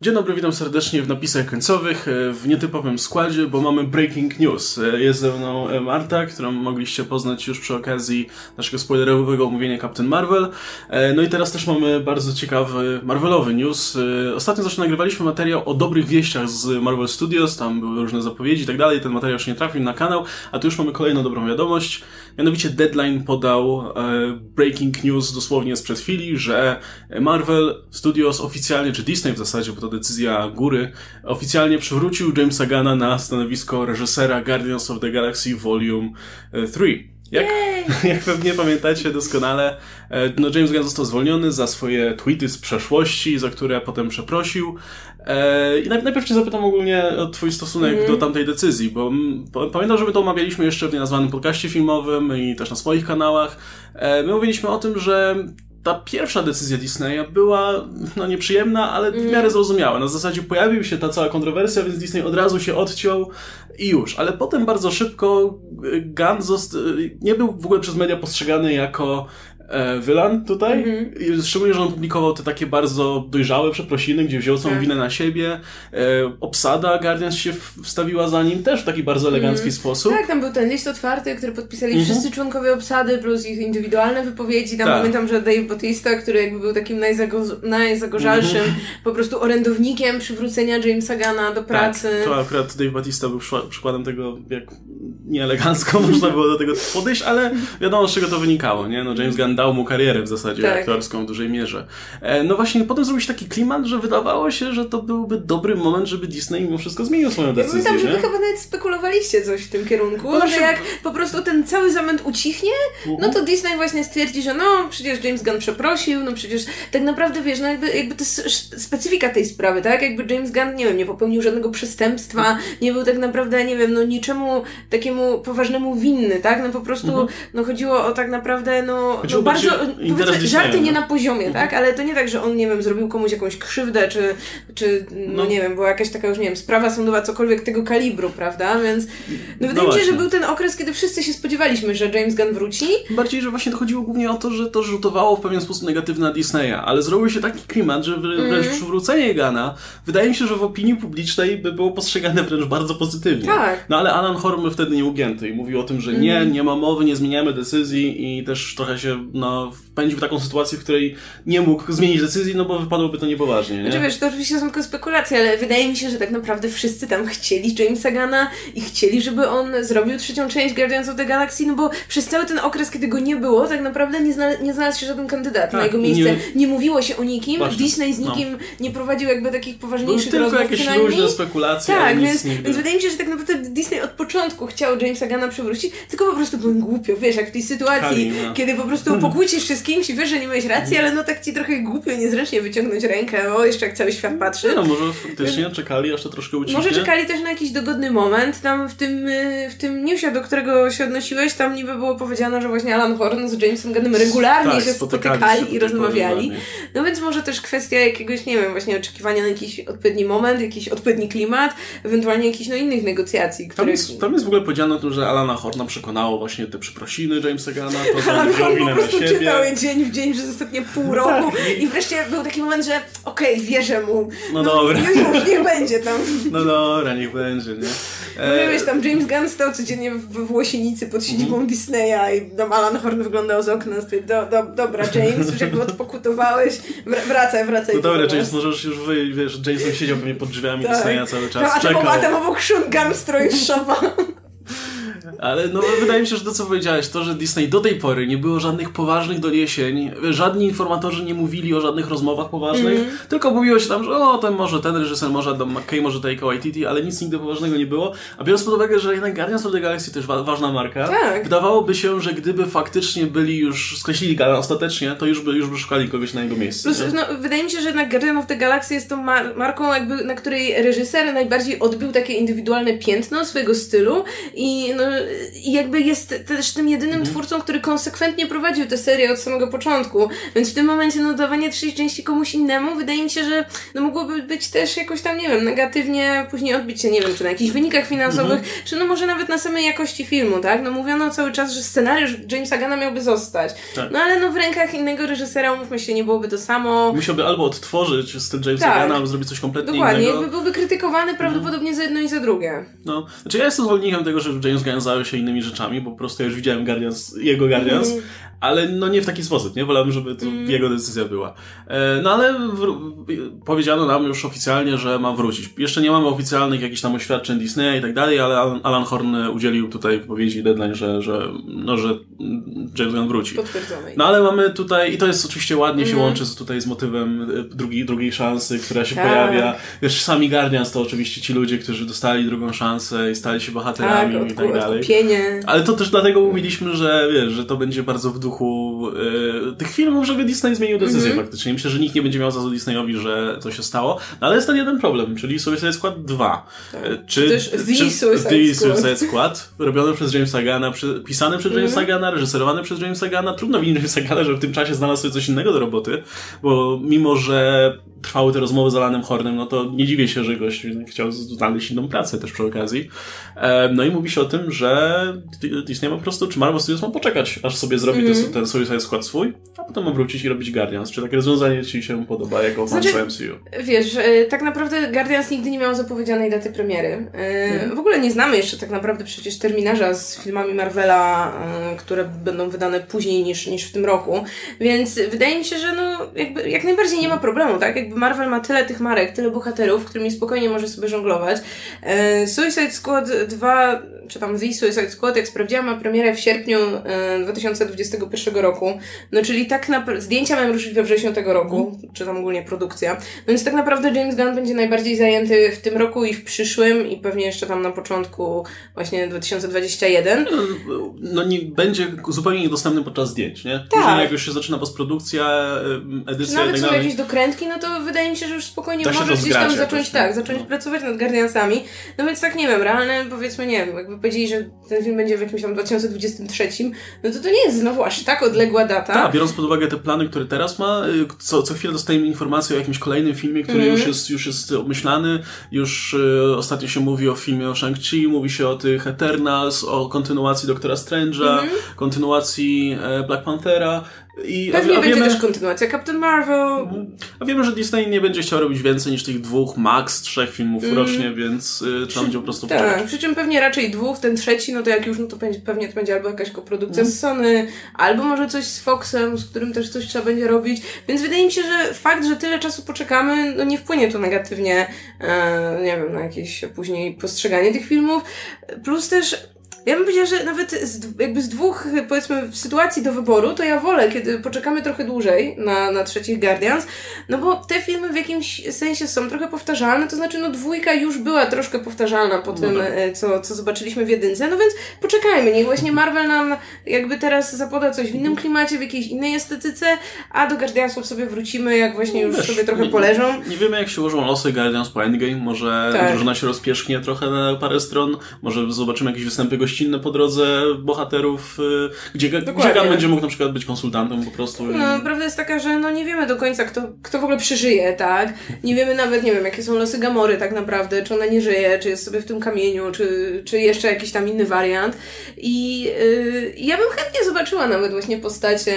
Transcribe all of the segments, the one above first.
Dzień dobry, witam serdecznie w napisach końcowych, w nietypowym składzie, bo mamy breaking news. Jest ze mną Marta, którą mogliście poznać już przy okazji naszego spoilerowego omówienia Captain Marvel. No i teraz też mamy bardzo ciekawy Marvelowy news. Ostatnio zresztą nagrywaliśmy materiał o dobrych wieściach z Marvel Studios, tam były różne zapowiedzi i tak dalej, ten materiał jeszcze nie trafił na kanał, a tu już mamy kolejną dobrą wiadomość. Mianowicie Deadline podał breaking news dosłownie sprzed chwili, że Marvel Studios oficjalnie, czy Disney w zasadzie, bo to decyzja góry, oficjalnie przywrócił Jamesa Gunna na stanowisko reżysera Guardians of the Galaxy Volume 3. Jak pewnie pamiętacie doskonale, no James Gunn został zwolniony za swoje tweety z przeszłości, za które potem przeprosił. I najpierw cię zapytam ogólnie o twój stosunek do tamtej decyzji, bo pamiętam, że my to omawialiśmy jeszcze w nienazwanym podcaście filmowym i też na swoich kanałach. My mówiliśmy o tym, że ta pierwsza decyzja Disneya była nieprzyjemna, ale w miarę zrozumiała. Na zasadzie pojawiła się ta cała kontrowersja, więc Disney od razu się odciął i już. Ale potem bardzo szybko Gunn nie był w ogóle przez media postrzegany jako wylan tutaj. Szczególnie, że on publikował te takie bardzo dojrzałe przeprosiny, gdzie wziął całą winę na siebie. Obsada Guardians się wstawiła za nim też w taki bardzo elegancki sposób. Tak, tam był ten list otwarty, który podpisali wszyscy członkowie obsady, plus ich indywidualne wypowiedzi. Tam pamiętam, że Dave Bautista, który jakby był takim najzagorzalszym po prostu orędownikiem przywrócenia Jamesa Gunna do pracy. Tak, to akurat Dave Bautista był przykładem tego, jak nieelegancko można było do tego podejść, ale wiadomo, z czego to wynikało, nie? No James Gunn dał mu karierę w zasadzie aktorską w dużej mierze. No właśnie, potem zrobił się taki klimat, że wydawało się, że to byłby dobry moment, żeby Disney mimo wszystko zmienił swoją decyzję. Ja pamiętam, że wy chyba nawet spekulowaliście coś w tym kierunku, że jak po prostu ten cały zamęt ucichnie, no to Disney właśnie stwierdzi, że przecież James Gunn przeprosił, przecież tak naprawdę wiesz, jakby to jest specyfika tej sprawy, tak? Jakby James Gunn, nie popełnił żadnego przestępstwa, nie był tak naprawdę, niczemu takiemu poważnemu winny, tak? Po prostu, chodziło o tak naprawdę, bardzo, powiedzmy, żarty nie na poziomie, tak? Ale to nie tak, że on, zrobił komuś jakąś krzywdę, czy była jakaś taka już, sprawa sądowa, cokolwiek tego kalibru, prawda? Więc wydaje mi się, że był ten okres, kiedy wszyscy się spodziewaliśmy, że James Gunn wróci. Bardziej, że właśnie to chodziło głównie o to, że to rzutowało w pewien sposób negatywny na Disneya, ale zrobił się taki klimat, że wręcz przywrócenie Gunna, wydaje mi się, że w opinii publicznej by było postrzegane wręcz bardzo pozytywnie. Tak. No ale Alan Horn wtedy nie ugięty i mówił o tym, że nie ma mowy, nie zmieniamy decyzji i też trochę się wpędził w taką sytuację, w której nie mógł zmienić decyzji, bo wypadłoby to niepoważnie, nie? Znaczy wiesz, to oczywiście są tylko spekulacje, ale wydaje mi się, że tak naprawdę wszyscy tam chcieli Jamesa Gunna i chcieli, żeby on zrobił trzecią część Guardians of the Galaxy, bo przez cały ten okres, kiedy go nie było, tak naprawdę nie znalazł się żaden kandydat na jego miejsce. Nie mówiło się o nikim, właśnie. Disney z nikim nie prowadził jakby takich poważniejszych rozmów. Były tylko jakieś luźne spekulacje, tak, ale więc wydaje mi się, że tak naprawdę Disney od początku chciał Jamesa Gunna przywrócić, tylko po prostu było głupio, wiesz, jak w tej sytuacji, kiedy po prostu pokłócisz się z kimś i wiesz, że nie miałeś racji, ale tak ci trochę głupio, niezręcznie wyciągnąć rękę, jeszcze jak cały świat patrzy. Może faktycznie czekali, aż to troszkę ucichnie. Może czekali też na jakiś dogodny moment. Tam w tym newsie, do którego się odnosiłeś, tam niby było powiedziane, że właśnie Alan Horn z Jamesem Gunnem regularnie się spotykali i rozmawiali. No więc może też kwestia jakiegoś, właśnie oczekiwania na jakiś odpowiedni moment, jakiś odpowiedni klimat, ewentualnie jakichś innych negocjacji, które... Tam jest w ogóle powiedziane o tym, że Alana Horna przekonało właśnie te przeprosiny Jamesa Gunna, to, że Alan wziął winę na siebie. czytał je dzień w dzień przez ostatnie pół roku i wreszcie był taki moment, że wierzę mu. Dobra. Już, niech będzie tam. Dobra, niech będzie, nie? Wiesz, tam James Gunn stał codziennie we Włosienicy pod siedzibą Disneya i tam Alan Horn wyglądał z okna. Dobra, James, już jakby odpokutowałeś, wracaj. No dobra, James, możesz już wiesz, James siedział pewnie pod drzwiami Disneya cały czas, czekał. A tam obok Sean Gunn w stroju z szopa. Ale wydaje mi się, że to co powiedziałeś, to, że Disney do tej pory nie było żadnych poważnych doniesień, żadni informatorzy nie mówili o żadnych rozmowach poważnych, tylko mówiło się tam, że ten reżyser, może Adam McKay, może Taika Waititi, ale nic nigdy poważnego nie było. A biorąc pod uwagę, że jednak Guardians of the Galaxy to też ważna marka, wydawałoby się, że gdyby faktycznie skreślili Gunna ostatecznie, to już by szukali kogoś na jego miejsce. Plus, wydaje mi się, że jednak Guardians of the Galaxy jest tą marką, jakby, na której reżyser najbardziej odbył takie indywidualne piętno swojego stylu i jakby jest też tym jedynym twórcą, który konsekwentnie prowadził tę serię od samego początku, więc w tym momencie dawanie trzeciej części komuś innemu, wydaje mi się, że mogłoby być też jakoś tam, nie wiem, negatywnie później odbić się, nie wiem, czy na jakichś wynikach finansowych, czy może nawet na samej jakości filmu, tak? Mówiono cały czas, że scenariusz Jamesa Gunna miałby zostać. Tak. Ale w rękach innego reżysera, umówmy się, nie byłoby to samo. Musiałby albo odtworzyć styl Jamesa Gunna, albo zrobić coś kompletnie innego. Dokładnie, jakby byłby krytykowany prawdopodobnie za jedno i za drugie. Znaczy ja jestem zwolennikiem tego, że James Gunn zajął się innymi rzeczami, bo po prostu ja już widziałem jego Guardians, ale nie w taki sposób, nie? Wolałbym, żeby to jego decyzja była. Ale powiedziano nam już oficjalnie, że ma wrócić. Jeszcze nie mamy oficjalnych jakichś tam oświadczeń Disneya i tak dalej, ale Alan Horn udzielił tutaj wypowiedzi deadline, że James Gunn wróci. Potwierdzone. Ale mamy tutaj, i to jest oczywiście ładnie się łączy z motywem drugiej szansy, która się pojawia. Wiesz, sami Guardians to oczywiście ci ludzie, którzy dostali drugą szansę i stali się bohaterami i tak dalej. Ale to też dlatego mówiliśmy, że wiesz, że to będzie bardzo w duchu tych filmów, żeby Disney zmienił decyzję faktycznie. Myślę, że nikt nie będzie miał za złe Disneyowi, że to się stało. Ale jest ten jeden problem, czyli Suicide Squad 2. Tak. Czy The Suicide Squad, robione przez Jamesa Gunna, pisane przez Jamesa Gunna, reżyserowane przez Jamesa Gunna. Trudno winić Jamesa Gunna, że w tym czasie znalazł sobie coś innego do roboty, bo mimo, że trwały te rozmowy z Alanem Hornem, to nie dziwię się, że gość chciał znaleźć inną pracę też przy okazji. I mówi się o tym, że Disney po prostu, czy Marvel Studios ma poczekać, aż sobie zrobi ten Suicide Skład swój, a potem ma wrócić i robić Guardians. Czy takie rozwiązanie ci się podoba jako fan MCU? Wiesz, tak naprawdę Guardians nigdy nie miał zapowiedzianej daty premiery. W ogóle nie znamy jeszcze tak naprawdę przecież terminarza z filmami Marvela, które będą wydane później niż w tym roku, więc wydaje mi się, że jakby jak najbardziej nie ma problemu, tak? Jakby Marvel ma tyle tych marek, tyle bohaterów, którymi spokojnie może sobie żonglować. Suicide Squad 2, czy tam The Suicide Squad, jak sprawdziłam, ma premierę w sierpniu 2021 roku. Czyli tak naprawdę zdjęcia mają ruszyć we wrześniu tego roku, czy tam ogólnie produkcja. Więc tak naprawdę James Gunn będzie najbardziej zajęty w tym roku i w przyszłym i pewnie jeszcze tam na początku właśnie 2021. Nie będzie zupełnie niedostępny podczas zdjęć, nie? Tak. Później jak już się zaczyna postprodukcja, edycja nawet i tak są dalej. jakieś dokrętki, to wydaje mi się, że już spokojnie da możesz gdzieś tam zacząć jakoś, pracować nad Guardiansami. Więc tak nie wiem, realne powiedzmy nie wiem, jakby powiedzieli, że ten film będzie w jakimś tam 2023, to nie jest znowu aż tak odległa data. Tak, biorąc pod uwagę te plany, które teraz ma, co chwilę dostajemy informację o jakimś kolejnym filmie, który już jest obmyślany, już ostatnio się mówi o filmie o Shang-Chi, mówi się o tych Eternals, o kontynuacji Doktora Strange'a, kontynuacji Black Panthera. Pewnie będzie też kontynuacja Captain Marvel. A wiemy, że Disney nie będzie chciał robić więcej niż tych 2, max 3 filmów rocznie, więc trzeba będzie po prostu poczekać. Tak, przy czym pewnie raczej 2, ten trzeci, to jak już, to pewnie to będzie albo jakaś koprodukcja z Sony, albo może coś z Foxem, z którym też coś trzeba będzie robić, więc wydaje mi się, że fakt, że tyle czasu poczekamy, nie wpłynie to negatywnie, nie wiem, na jakieś później postrzeganie tych filmów, plus też ja bym powiedziała, że nawet z dwóch, powiedzmy, sytuacji do wyboru, to ja wolę, kiedy poczekamy trochę dłużej na trzecich Guardians, bo te filmy w jakimś sensie są trochę powtarzalne, to znaczy, dwójka już była troszkę powtarzalna po tym, co zobaczyliśmy w jedynce, więc poczekajmy, niech właśnie Marvel nam jakby teraz zapoda coś w innym klimacie, w jakiejś innej estetyce, a do Guardiansów sobie wrócimy, jak właśnie już sobie trochę poleżą. Nie wiemy, jak się ułożą losy Guardians po Endgame, może drużyna się rozpierzchnie trochę na parę stron, może zobaczymy jakieś występy gościnne po drodze bohaterów, gdzie Gunn będzie mógł na przykład być konsultantem po prostu. Prawda jest taka, że nie wiemy do końca, kto w ogóle przeżyje, tak? Nie wiemy nawet, nie wiem, jakie są losy Gamory tak naprawdę, czy ona nie żyje, czy jest sobie w tym kamieniu, czy jeszcze jakiś tam inny wariant. I ja bym chętnie zobaczyła nawet właśnie postacie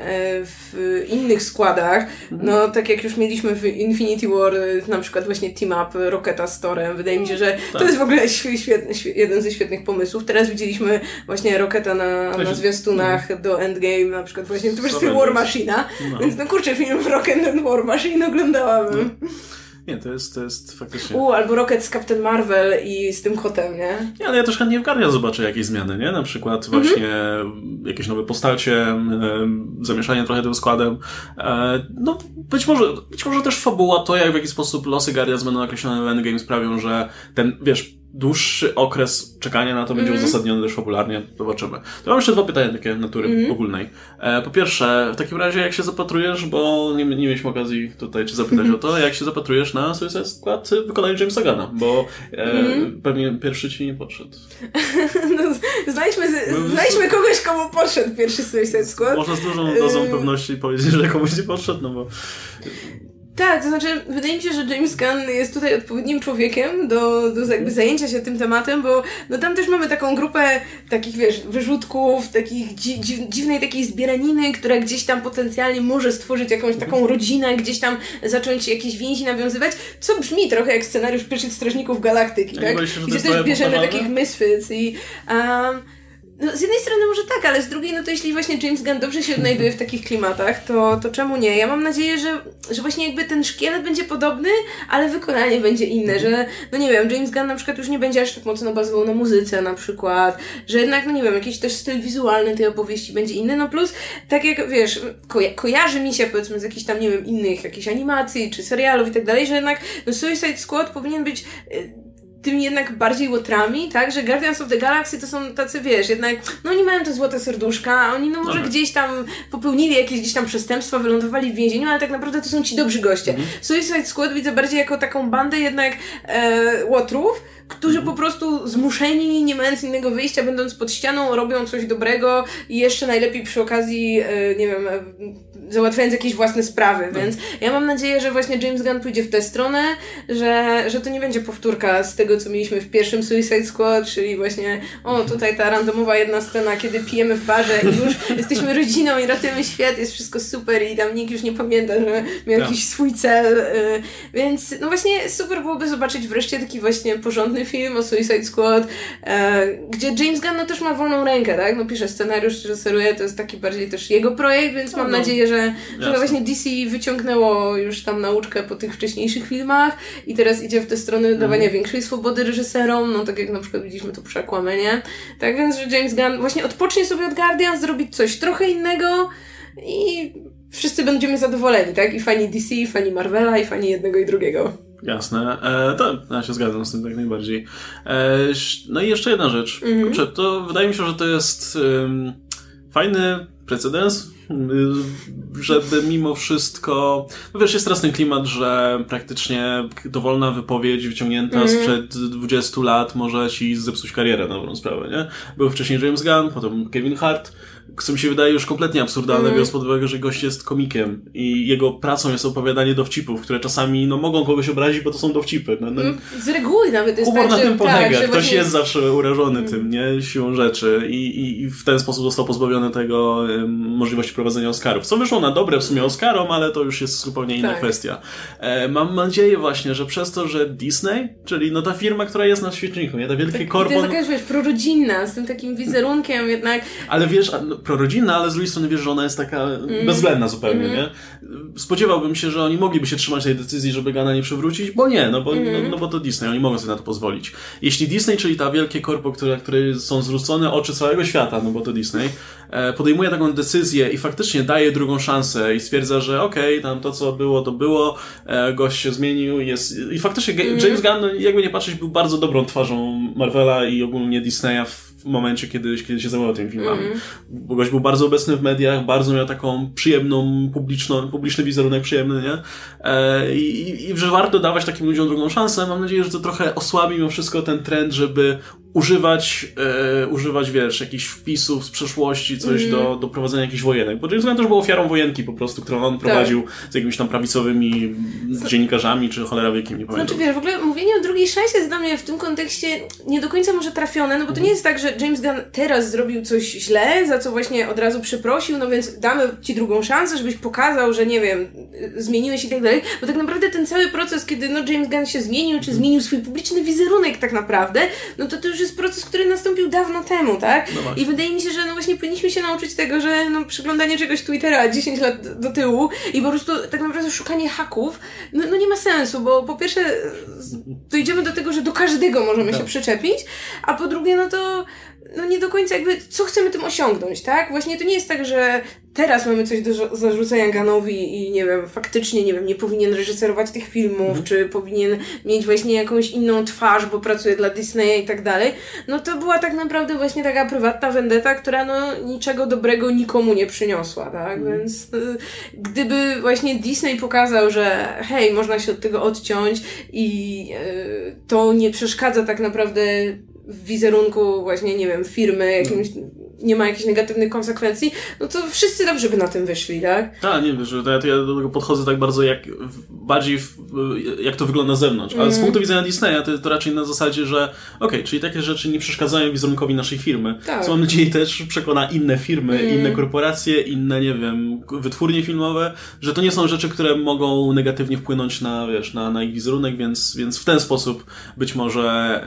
w innych składach. Tak jak już mieliśmy w Infinity War, na przykład właśnie team up Rocketa z Thorem. Wydaje mi się, że to jest w ogóle jeden ze świetnych pomysłów. Teraz widzieliśmy właśnie Rocketa na zwiastunach do Endgame, na przykład właśnie w wersji War Machine'a, więc kurczę, film Rocket and War Machine oglądałabym. Nie, to jest faktycznie... albo Rocket z Captain Marvel i z tym kotem, nie? Nie, ale ja też chętnie w Guardians zobaczę jakieś zmiany, nie? Na przykład właśnie jakieś nowe postacie, zamieszanie trochę tym składem. Być może też fabuła, to jak w jaki sposób losy Guardians będą nakreślone w Endgame sprawią, że ten, dłuższy okres czekania na to będzie uzasadniony też popularnie. Zobaczymy. To mam jeszcze 2 pytania takie natury ogólnej. Po pierwsze, w takim razie jak się zapatrujesz, bo nie mieliśmy okazji tutaj cię zapytać o to, jak się zapatrujesz na Suicide Squad wykonanie Jamesa Gunna, bo pewnie pierwszy ci nie podszedł. No, znajdźmy kogoś, komu podszedł pierwszy Suicide Squad. Można z dużą dozą pewności powiedzieć, że komuś nie podszedł, no bo... Tak, to znaczy wydaje mi się, że James Gunn jest tutaj odpowiednim człowiekiem do jakby zajęcia się tym tematem, bo no tam też mamy taką grupę takich, wiesz, wyrzutków, takich dziwnej takiej zbieraniny, która gdzieś tam potencjalnie może stworzyć jakąś taką rodzinę, gdzieś tam zacząć jakieś więzi nawiązywać, co brzmi trochę jak scenariusz pierwszych Strażników Galaktyki, tak? Gdzie też bierzemy takich misfits i... No, z jednej strony może tak, ale z drugiej, no to jeśli właśnie James Gunn dobrze się odnajduje w takich klimatach, to czemu nie? Ja mam nadzieję, że właśnie jakby ten szkielet będzie podobny, ale wykonanie będzie inne, że, no nie wiem, James Gunn na przykład już nie będzie aż tak mocno bazował na muzyce na przykład, że jednak, no nie wiem, jakiś też styl wizualny tej opowieści będzie inny, no plus, tak jak, wiesz, kojarzy mi się, powiedzmy, z jakichś tam, nie wiem, innych jakichś animacji, czy serialów i tak dalej, że jednak, no Suicide Squad powinien być tymi jednak bardziej łotrami, tak, że Guardians of the Galaxy to są tacy, wiesz, jednak, no oni mają te złote serduszka, a oni no może gdzieś tam popełnili jakieś gdzieś tam przestępstwa, wylądowali w więzieniu, ale tak naprawdę to są ci dobrzy goście. Suicide Squad widzę bardziej jako taką bandę jednak łotrów, którzy po prostu zmuszeni, nie mając innego wyjścia, będąc pod ścianą, robią coś dobrego i jeszcze najlepiej przy okazji, nie wiem, załatwiając jakieś własne sprawy, więc ja mam nadzieję, że właśnie James Gunn pójdzie w tę stronę, że to nie będzie powtórka z tego, co mieliśmy w pierwszym Suicide Squad, czyli właśnie, tutaj ta randomowa jedna scena, kiedy pijemy w barze i już jesteśmy rodziną i ratujemy świat, jest wszystko super i tam nikt już nie pamięta, że miał jakiś swój cel, więc no właśnie super byłoby zobaczyć wreszcie taki właśnie porządny film o Suicide Squad, gdzie James Gunn no też ma wolną rękę, tak? No pisze scenariusz, reżyseruje, to jest taki bardziej też jego projekt, więc mam nadzieję, że to właśnie DC wyciągnęło już tam nauczkę po tych wcześniejszych filmach i teraz idzie w tę stronę dawania większej swobody reżyserom, no tak jak na przykład widzieliśmy to przy Aquamanie. Tak więc, że James Gunn właśnie odpocznie sobie od Guardians, zrobić coś trochę innego i wszyscy będziemy zadowoleni, tak? I fani DC, i fani Marvela, i fani jednego i drugiego. Jasne. Ja się zgadzam z tym jak najbardziej. No i jeszcze jedna rzecz. Kurczę, to wydaje mi się, że to jest fajny precedens, żeby mimo wszystko... No wiesz, jest teraz ten klimat, że praktycznie dowolna wypowiedź wyciągnięta sprzed 20 lat może ci zepsuć karierę na dobrą sprawę, nie? Był wcześniej James Gunn, potem Kevin Hart, co mi się wydaje już kompletnie absurdalne, biorąc pod uwagę, że gość jest komikiem i jego pracą jest opowiadanie dowcipów, które czasami mogą kogoś obrazić, bo to są dowcipy. Z reguły nawet jest humor tak, na tym polega. Tak, ktoś właśnie... jest zawsze urażony tym, nie? Siłą rzeczy i w ten sposób został pozbawiony tego możliwości prowadzenia Oscarów. Co wyszło na dobre w sumie Oscarom, ale to już jest zupełnie inna kwestia. Mam nadzieję właśnie, że przez to, że Disney, czyli ta firma, która jest na świeczniku, nie? Ta wielkie korpo... To jest jakaś, wiesz, prorodzinna, z tym takim wizerunkiem jednak... Ale wiesz, prorodzinna, ale z drugiej strony wiesz, że ona jest taka bezwzględna zupełnie, nie? Spodziewałbym się, że oni mogliby się trzymać tej decyzji, żeby Gunna nie przywrócić, bo nie, bo to Disney, oni mogą sobie na to pozwolić. Jeśli Disney, czyli ta wielkie korpo, które są zwrócone oczy całego świata, bo to Disney, podejmuje taką decyzję i faktycznie daje drugą szansę i stwierdza, że okej, tam to co było, to było, gość się zmienił, jest... I faktycznie James Gunn, jakby nie patrzeć, był bardzo dobrą twarzą Marvela i ogólnie Disneya w momencie, kiedy się zajmował tymi filmami. Bo gość był bardzo obecny w mediach, bardzo miał taką przyjemną, publiczny wizerunek przyjemny, nie? I że warto dawać takim ludziom drugą szansę. Mam nadzieję, że to trochę osłabi mimo wszystko ten trend, żeby używać, wiesz, jakichś wpisów z przeszłości, coś do prowadzenia jakichś wojenek. Bo James Gunn też był ofiarą wojenki po prostu, którą on prowadził z jakimiś tam prawicowymi dziennikarzami, czy cholera wie kim, nie pamiętam. Znaczy wiesz, w ogóle mówienie o drugiej szansie jest dla mnie w tym kontekście nie do końca może trafione, bo to nie jest tak, że James Gunn teraz zrobił coś źle, za co właśnie od razu przeprosił, więc damy ci drugą szansę, żebyś pokazał, że nie wiem, zmieniłeś i tak dalej, bo tak naprawdę ten cały proces, kiedy James Gunn się zmienił, czy zmienił swój publiczny wizerunek tak naprawdę, to już jest proces, który nastąpił dawno temu, tak? I wydaje mi się, że właśnie powinniśmy się nauczyć tego, że przeglądanie czegoś Twittera 10 lat do tyłu i po prostu tak naprawdę szukanie haków, nie ma sensu, bo po pierwsze dojdziemy do tego, że do każdego możemy się przyczepić, a po drugie, no nie do końca jakby, co chcemy tym osiągnąć, tak? Właśnie to nie jest tak, że teraz mamy coś do zarzucenia Gunnowi i nie wiem, faktycznie, nie wiem, nie powinien reżyserować tych filmów, czy powinien mieć właśnie jakąś inną twarz, bo pracuje dla Disneya i tak dalej. No to była tak naprawdę właśnie taka prywatna vendetta, która no niczego dobrego nikomu nie przyniosła, tak? Więc gdyby właśnie Disney pokazał, że hej, można się od tego odciąć i to nie przeszkadza tak naprawdę w wizerunku właśnie, nie wiem, firmy, jakimś, nie ma jakichś negatywnych konsekwencji, no to wszyscy dobrze by na tym wyszli, tak? Tak, nie wiem, że ja do tego podchodzę tak bardzo jak to wygląda na zewnątrz, ale z punktu widzenia Disneya to raczej na zasadzie, że czyli takie rzeczy nie przeszkadzają wizerunkowi naszej firmy, co mam nadzieję też przekona inne firmy, inne korporacje, inne, nie wiem, wytwórnie filmowe, że to nie są rzeczy, które mogą negatywnie wpłynąć na, wiesz, na ich wizerunek, więc w ten sposób być może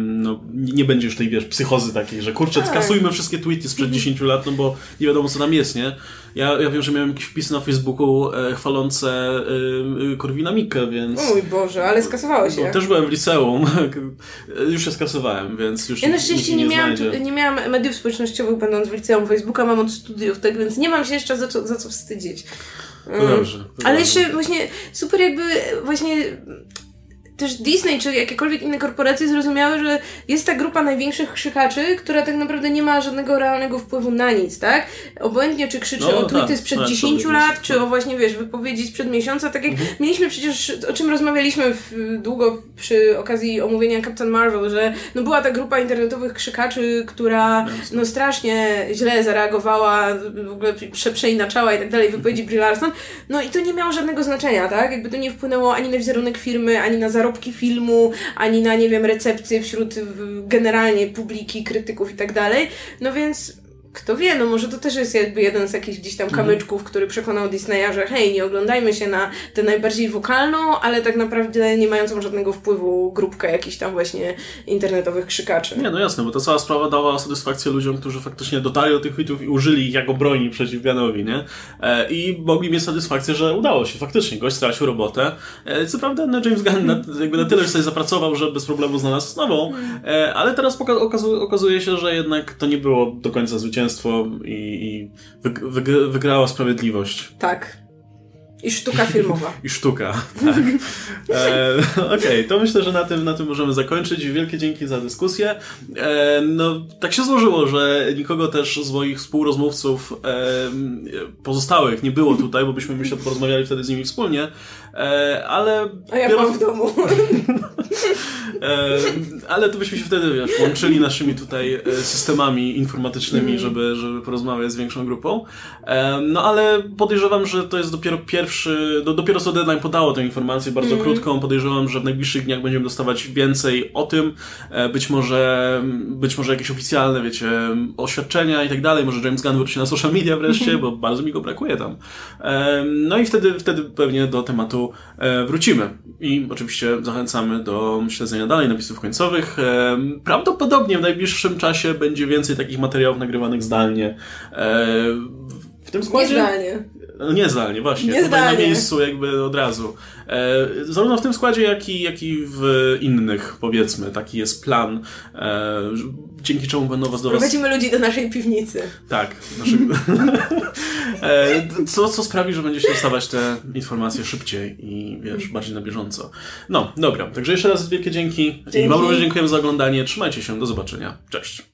nie będzie już tej, wiesz, psychozy takiej, że kurczę, skasujmy wszystkie tweety sprzed 10 lat, no bo nie wiadomo co tam jest, nie? Ja wiem, że miałem jakieś wpisy na Facebooku chwalące Korwina Mikke, więc... O mój Boże, ale skasowało się. No, też byłem w liceum. Już się skasowałem, więc już ja na szczęście nie miałam mediów społecznościowych będąc w liceum. Facebooka mam od studiów, tak więc nie mam się jeszcze za co wstydzić. To dobrze. Ale jeszcze właśnie super jakby właśnie... Też Disney czy jakiekolwiek inne korporacje zrozumiały, że jest ta grupa największych krzykaczy, która tak naprawdę nie ma żadnego realnego wpływu na nic, tak? Obojętnie czy krzyczy o tweety sprzed 10 lat, czy o właśnie, wiesz, wypowiedzi sprzed miesiąca, tak jak mieliśmy przecież, o czym rozmawialiśmy długo przy okazji omówienia Captain Marvel, że no była ta grupa internetowych krzykaczy, która no strasznie źle zareagowała, w ogóle przeinaczała i tak dalej, wypowiedzi Brie Larson, no i to nie miało żadnego znaczenia, tak? Jakby to nie wpłynęło ani na wizerunek firmy, ani na zarobki filmu, ani na, nie wiem, recepcje wśród generalnie publiki, krytyków i tak dalej. No więc kto wie, no może to też jest jakby jeden z jakichś gdzieś tam kamyczków, który przekonał Disneya, że hej, nie oglądajmy się na tę najbardziej wokalną, ale tak naprawdę nie mającą żadnego wpływu grupkę jakichś tam właśnie internetowych krzykaczy. Nie, no jasne, bo ta cała sprawa dała satysfakcję ludziom, którzy faktycznie dotarli do tych tweetów i użyli ich jako broni przeciw Gunnowi, nie? I mogli mieć satysfakcję, że udało się, faktycznie, gość stracił robotę. Co prawda, no, James Gunn jakby na tyle już sobie zapracował, że bez problemu znalazł nową, ale teraz okazuje się, że jednak to nie było do końca zwycięstwo i wygrała sprawiedliwość. Tak. I sztuka filmowa. I sztuka, tak. Okej, to myślę, że na tym możemy zakończyć. Wielkie dzięki za dyskusję. No, tak się złożyło, że nikogo też z moich współrozmówców pozostałych nie było tutaj, bo byśmy myślę porozmawiali wtedy z nimi wspólnie, ale... A ja byłam w domu. Ale to byśmy się wtedy, wiesz, łączyli naszymi tutaj systemami informatycznymi, żeby porozmawiać z większą grupą. No ale podejrzewam, że to jest dopiero co Deadline podało tę informację bardzo krótką. Podejrzewam, że w najbliższych dniach będziemy dostawać więcej o tym. Być może jakieś oficjalne, wiecie, oświadczenia i tak dalej. Może James Gunn wróci na social media wreszcie, bo bardzo mi go brakuje tam. No i wtedy pewnie do tematu wrócimy. I oczywiście zachęcamy do śledzenia dalej napisów końcowych. Prawdopodobnie w najbliższym czasie będzie więcej takich materiałów nagrywanych zdalnie. W tym składzie... Nie zdalnie. Nie zdalnie, właśnie. Nie zdalnie. Na miejscu jakby od razu. Zarówno w tym składzie, jak i w innych, powiedzmy. Taki jest plan. Dzięki czemu będą was do was... Prowadzimy ludzi do naszej piwnicy. Tak. Co sprawi, że będziecie dostawać te informacje szybciej i wiesz, bardziej na bieżąco. No, dobra. Także jeszcze raz wielkie dzięki. I wam również dziękujemy za oglądanie. Trzymajcie się. Do zobaczenia. Cześć.